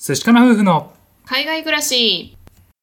寿司かな夫婦の海外暮らし。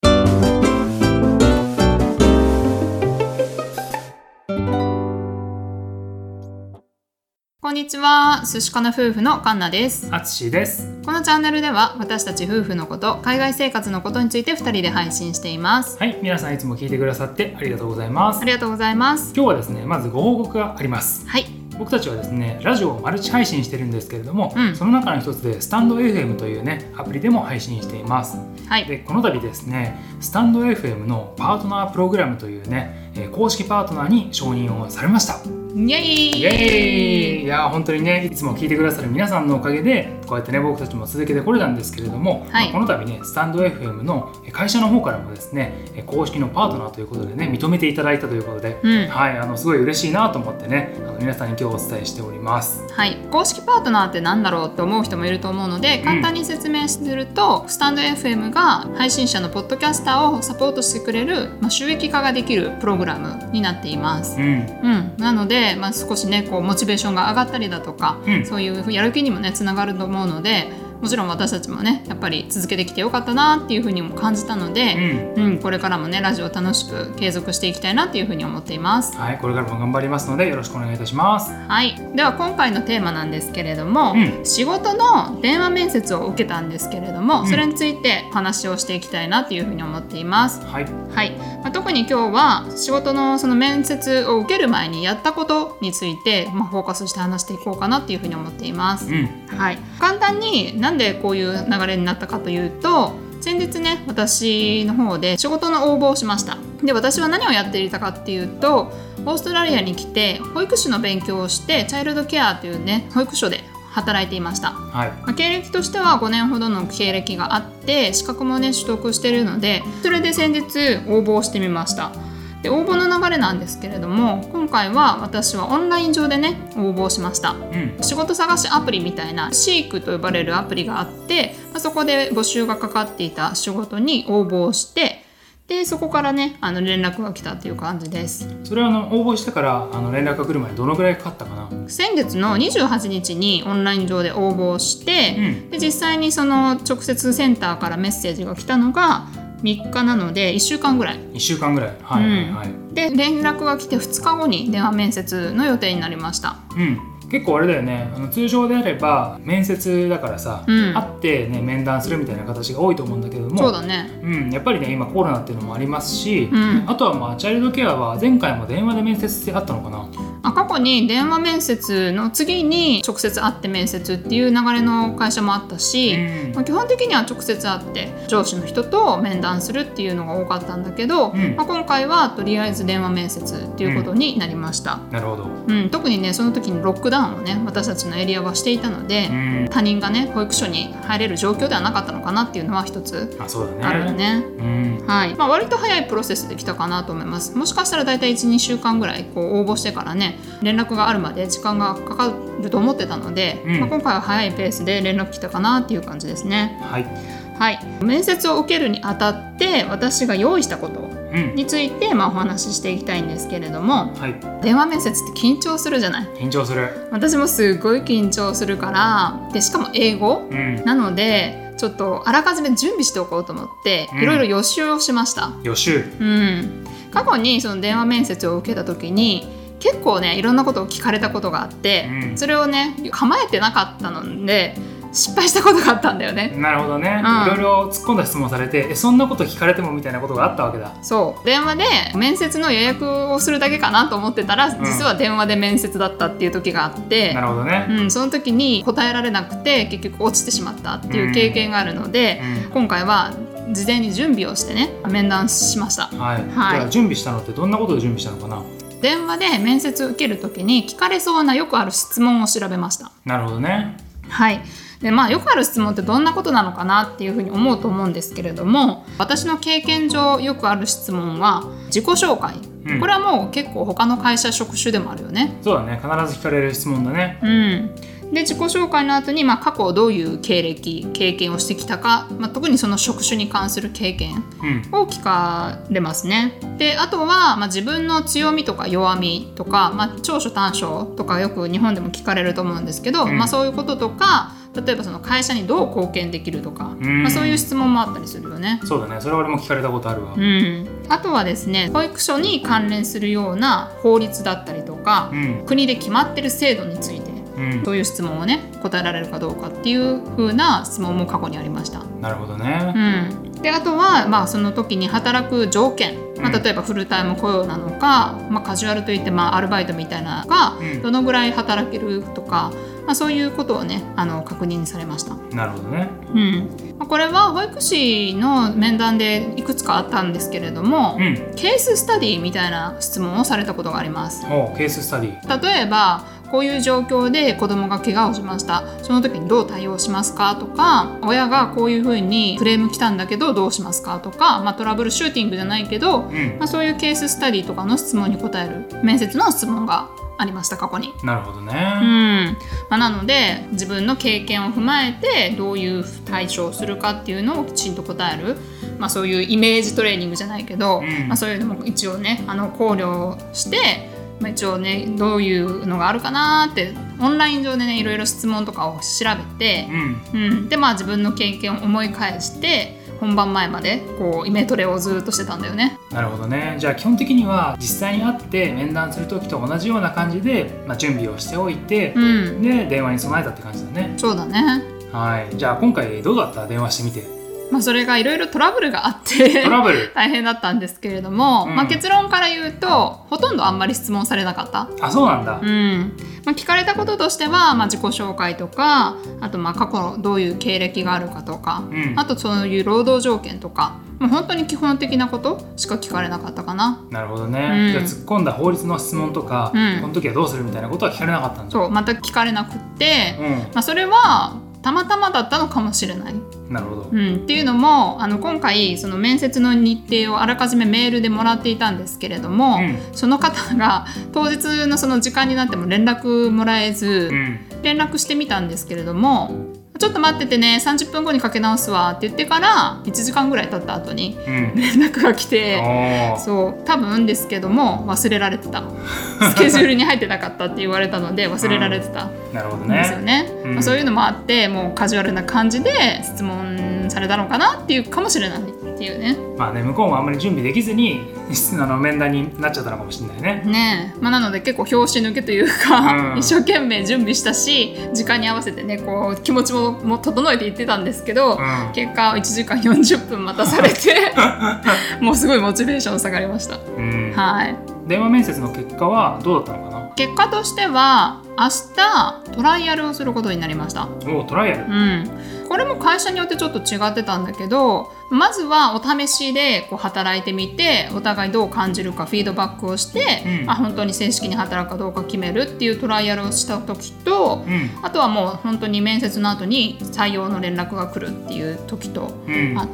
こんにちは、寿司かな夫婦のカンナです。 あつしです。 このチャンネルでは私たち夫婦のこと、海外生活のことについて2人で配信しています。 はい、皆さんいつも聞いてくださってありがとうございます。 ありがとうございます。 今日はですね、まずご報告があります。 はい。 僕たちはですね、ラジオをマルチ配信してるんですけれども、その中の一つでスタンド FM というね、アプリでも配信しています。 はい。 で、この度ですね、スタンド FM のパートナープログラムというね、公式パートナーに承認をされました。 イエイイエーイ。いや本当にね、いつも聞いてくださる皆さんのおかげでこうやってね、僕たちも続けてこれたんですけれども、 はい、 この度ね、スタンド FM の会社の方からもですね、公式のパートナーということでね、認めていただいたということで、はい、すごい嬉しいなと思ってね、皆さんに今日お伝えしております。 はい、公式パートナーって何だろうって思う人もいると思うので、簡単に説明すると、スタンド FM が配信者のポッドキャスターをサポートしてくれる、収益化ができるプログラムになっています。なので、少しね、こうモチベーションが上がったりだとか、そういうやる気にもねつながると思うので、もちろん私たちもねやっぱり続けてきてよかったなっていうふうにも感じたので、これからもねラジオを楽しく継続していきたいなっていうふうに思っています。 はい、これからも頑張りますのでよろしくお願いいたします。 はい、では今回のテーマなんですけれども、仕事の電話面接を受けたんですけれども、それについてお話をしていきたいなっていうふうに思っています。はい、特に今日は仕事のその面接を受ける前にやったことについて、フォーカスして話していこうかなっていうふうに思っています。はい、簡単になんでこういう流れになったかというと、先日ね私の方で仕事の応募をしました。で、私は何をやっていたかっていうと、オーストラリアに来て保育士の勉強をしてチャイルドケアというね保育所で働いていました。経歴としては5年ほどの経歴があって、資格もね取得しているので、それで先日応募をしてみました。で、応募の流れなんですけれども、今回は私はオンライン上でね応募しました。仕事探しアプリみたいなシークと呼ばれるアプリがあって、そこで募集がかかっていた仕事に応募をして、でそこからね連絡が来たっていう感じです。 それは応募してから連絡が来るまでどのぐらいかかったかな？ 先月の28日にオンライン上で応募をして、で実際にその直接センターからメッセージが来たのが3日なので1週間ぐらい。 1週間ぐらい。 で連絡が来て2日後に電話面接の予定になりました。 結構あれだよね、通常であれば面接だからさ、会ってね面談するみたいな形が多いと思うんだけども、 そうだね、 やっぱりね今コロナっていうのもありますし、あとはチャイルドケアは前回も電話で面接ってあったのかな？ 過去に電話面接の次に直接会って面接っていう流れの会社もあったし、基本的には直接会って上司の人と面談するっていうのが多かったんだけど、今回はとりあえず電話面接っていうことになりました。 なるほど。 特にねその時にロックダウンをね私たちのエリアはしていたので、他人がね保育所に入れる状況ではなかったのかなっていうのは一つあるよね。割と早いプロセスできたかなと思います。もしかしたらだいたい 1,2 週間ぐらいこう応募してからね連絡があるまで時間がかかると思ってたので、今回は早いペースで連絡来たかなっていう感じですね。面接を受けるにあたって私が用意したことについてお話ししていきたいんですけれども、電話面接って緊張するじゃない？ 緊張する。 私もすごい緊張するから、でしかも英語、なのでちょっとあらかじめ準備しておこうと思っていろいろ予習をしました。 予習。 過去にその電話面接を受けた時に結構ねいろんなことを聞かれたことがあって、それをね構えてなかったので失敗したことがあったんだよね。 なるほどね、いろいろ突っ込んだ質問されて、そんなこと聞かれてもみたいなことがあったわけだ。 そう、電話で面接の予約をするだけかなと思ってたら、実は電話で面接だったっていう時があって、 なるほどね、 その時に答えられなくて結局落ちてしまったっていう経験があるので、今回は事前に準備をしてね面談しました。 じゃあ準備したのってどんなことで準備したのかな？ 電話で面接を受ける時に聞かれそうなよくある質問を調べました。 なるほどね。 でよくある質問ってどんなことなのかなっていうふうに思うと思うんですけれども、私の経験上よくある質問は自己紹介、これはもう結構他の会社職種でもあるよね。 そうだね、必ず聞かれる質問だね。 で自己紹介の後に、過去どういう経験をしてきたか、特にその職種に関する経験を聞かれますね。であとは、自分の強みとか弱みとか、長所短所とかよく日本でも聞かれると思うんですけど、そういうこととか、例えばその会社にどう貢献できるとか、そういう質問もあったりするよね。 そうだね、それは俺も聞かれたことあるわ。 あとはですね、保育所に関連するような法律だったりとか、国で決まってる制度について、そういう質問をね答えられるかどうかっていう風な質問も過去にありました。 なるほどね。 であとは、その時に働く条件、例えばフルタイム雇用なのか、カジュアルといって、アルバイトみたいなのがどのぐらい働けるとか、そういうことをね確認されました。 なるほどね。 これは保育士の面談でいくつかあったんですけれども、ケーススタディみたいな質問をされたことがあります。 ケーススタディ。 例えばこういう状況で子供が怪我をしました、その時にどう対応しますかとか、親がこういう風にクレーム来たんだけどどうしますかとか、トラブルシューティングじゃないけど、そういうケーススタディとかの質問に答える面接の質問がありました、過去に。 なるほどね。 なので自分の経験を踏まえてどういう対処をするかっていうのをきちんと答える、そういうイメージトレーニングじゃないけど、そういうのも一応ね考慮して、一応ねどういうのがあるかなってオンライン上でねいろいろ質問とかを調べて、で自分の経験を思い返して本番前までイメトレをずっとしてたんだよね。 なるほどね。じゃあ基本的には実際に会って面談する時と同じような感じで、準備をしておいて、で電話に備えたって感じだね。 そうだね。 はい。じゃあ今回どうだった？電話してみて。 それがいろいろトラブルがあって大変だったんですけれども、結論から言うとほとんどあんまり質問されなかった。 あ、そうなんだ。 聞かれたこととしては、自己紹介とか、あと過去どういう経歴があるかとか、あとそういう労働条件とか、本当に基本的なことしか聞かれなかったかな。 なるほどね。じゃあ突っ込んだ法律の質問とか、この時はどうするみたいなことは聞かれなかったんだ。 そう、また聞かれなくって、それはたまたまだったのかもしれない。 なるほど。 っていうのも今回その面接の日程をあらかじめメールでもらっていたんですけれども、その方が当日のその時間になっても連絡もらえず、連絡してみたんですけれども、ちょっと待っててね30分後にかけ直すわって言ってから1時間ぐらい経った後に連絡が来て、そう多分ですけども忘れられてたスケジュールに入ってなかったって言われたので忘れられてたんですよね。そういうのもあってもうカジュアルな感じで質問されたのかなっていうかもしれないっていうね。 向こうもあんまり準備できずに面談になっちゃったのかもしれないね。 なので結構拍子抜けというか、一生懸命準備したし時間に合わせてね気持ちも整えて言ってたんですけど、結果1時間40分待たされてもうすごいモチベーション下がりました。はい。 電話面接の結果はどうだったのかな？ 結果としては明日トライアルをすることになりました。 トライアル？ これも会社によってちょっと違ってたんだけど、まずはお試しで働いてみてお互いどう感じるかフィードバックをして、本当に正式に働くかどうか決めるっていうトライアルをした時と、あとはもう本当に面接の後に採用の連絡が来るっていう時とあって、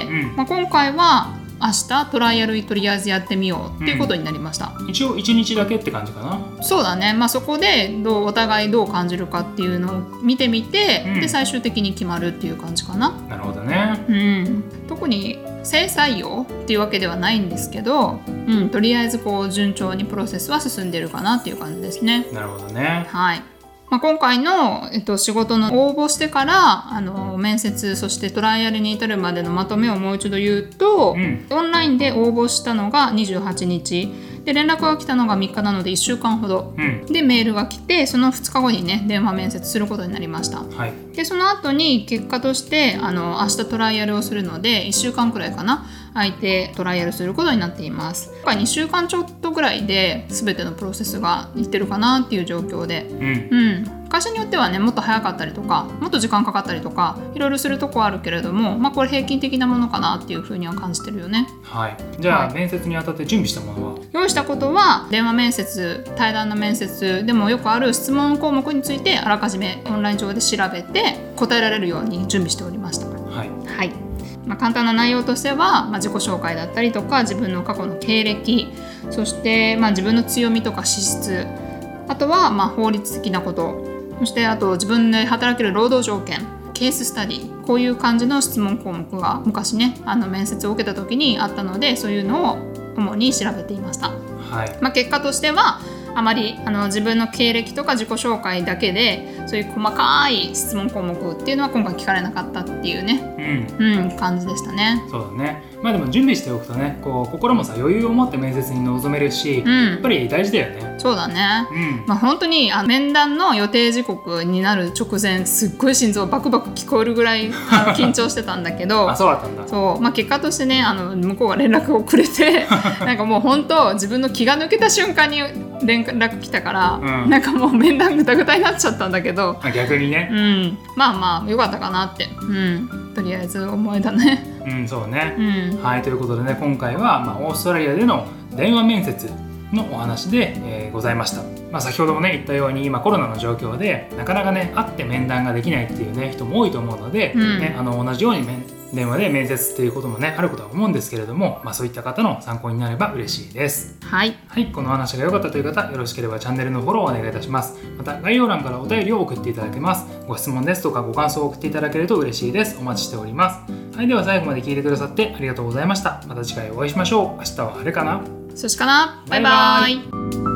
今回は明日トライアルとりあえずやってみようっていうことになりました。 一応1日だけって感じかな。 そうだね。そこでお互いどう感じるかっていうのを見てみて、で最終的に決まるっていう感じかな。 なるほどね。 特に正採用っていうわけではないんですけど、とりあえず順調にプロセスは進んでるかなっていう感じですね。 なるほどね。 はい。今回の、仕事の応募してから面接そしてトライアルに至るまでのまとめをもう一度言うと、オンラインで応募したのが28日で連絡が来たのが3日なので1週間ほど、でメールが来てその2日後にね電話面接することになりました。でその後に結果として明日トライアルをするので1週間くらいかな空いてトライアルすることになっています。今回2週間ちょっとぐらいで全てのプロセスがいってるかなっていう状況で、会社によってはねもっと早かったりとかもっと時間かかったりとかいろいろするとこあるけれども、これ平均的なものかなっていうふうには感じてるよね。 はい。じゃあ、面接にあたって準備したものは？ 用意したことは電話面接対談の面接でもよくある質問項目についてあらかじめオンライン上で調べて答えられるように準備しておりました。はい。簡単な内容としては、自己紹介だったりとか自分の過去の経歴、そして、自分の強みとか資質、あとは、法律的なことそしてあと自分で働ける労働条件、ケーススタディ、こういう感じの質問項目が昔ね面接を受けた時にあったので、そういうのを主に調べていました。 はい。 結果としてはあまり自分の経歴とか自己紹介だけでそういう細かい質問項目っていうのは今回聞かれなかったっていうね、感じでしたね。 そうだね。でも準備しておくとね、心もさ余裕を持って面接に臨めるし、やっぱり大事だよね。 そうだね、本当に面談の予定時刻になる直前すっごい心臓バクバク聞こえるぐらい緊張してたんだけどあ、そうだったんだ。 そう、結果としてね向こうが連絡をくれてなんかもう本当自分の気が抜けた瞬間に連絡来たから、なんかもう面談ぐたぐたになっちゃったんだけど、 逆にね、 よかったかなって、とりあえず思いだね。 そうね、はい。ということでね、今回は、オーストラリアでの電話面接のお話で、ございました。先ほどもね言ったように今コロナの状況でなかなかね会って面談ができないっていうね人も多いと思うので、同じように電話で面接っていうこともねあることは思うんですけれども、そういった方の参考になれば嬉しいです。 はい、 この話が良かったという方、よろしければチャンネルのフォローをお願いいたします。また概要欄からお便りを送っていただけます。ご質問ですとかご感想を送っていただけると嬉しいです。お待ちしております。では最後まで聞いてくださってありがとうございました。また次回お会いしましょう。明日は晴れかな？ 寿司かな？バイバイ。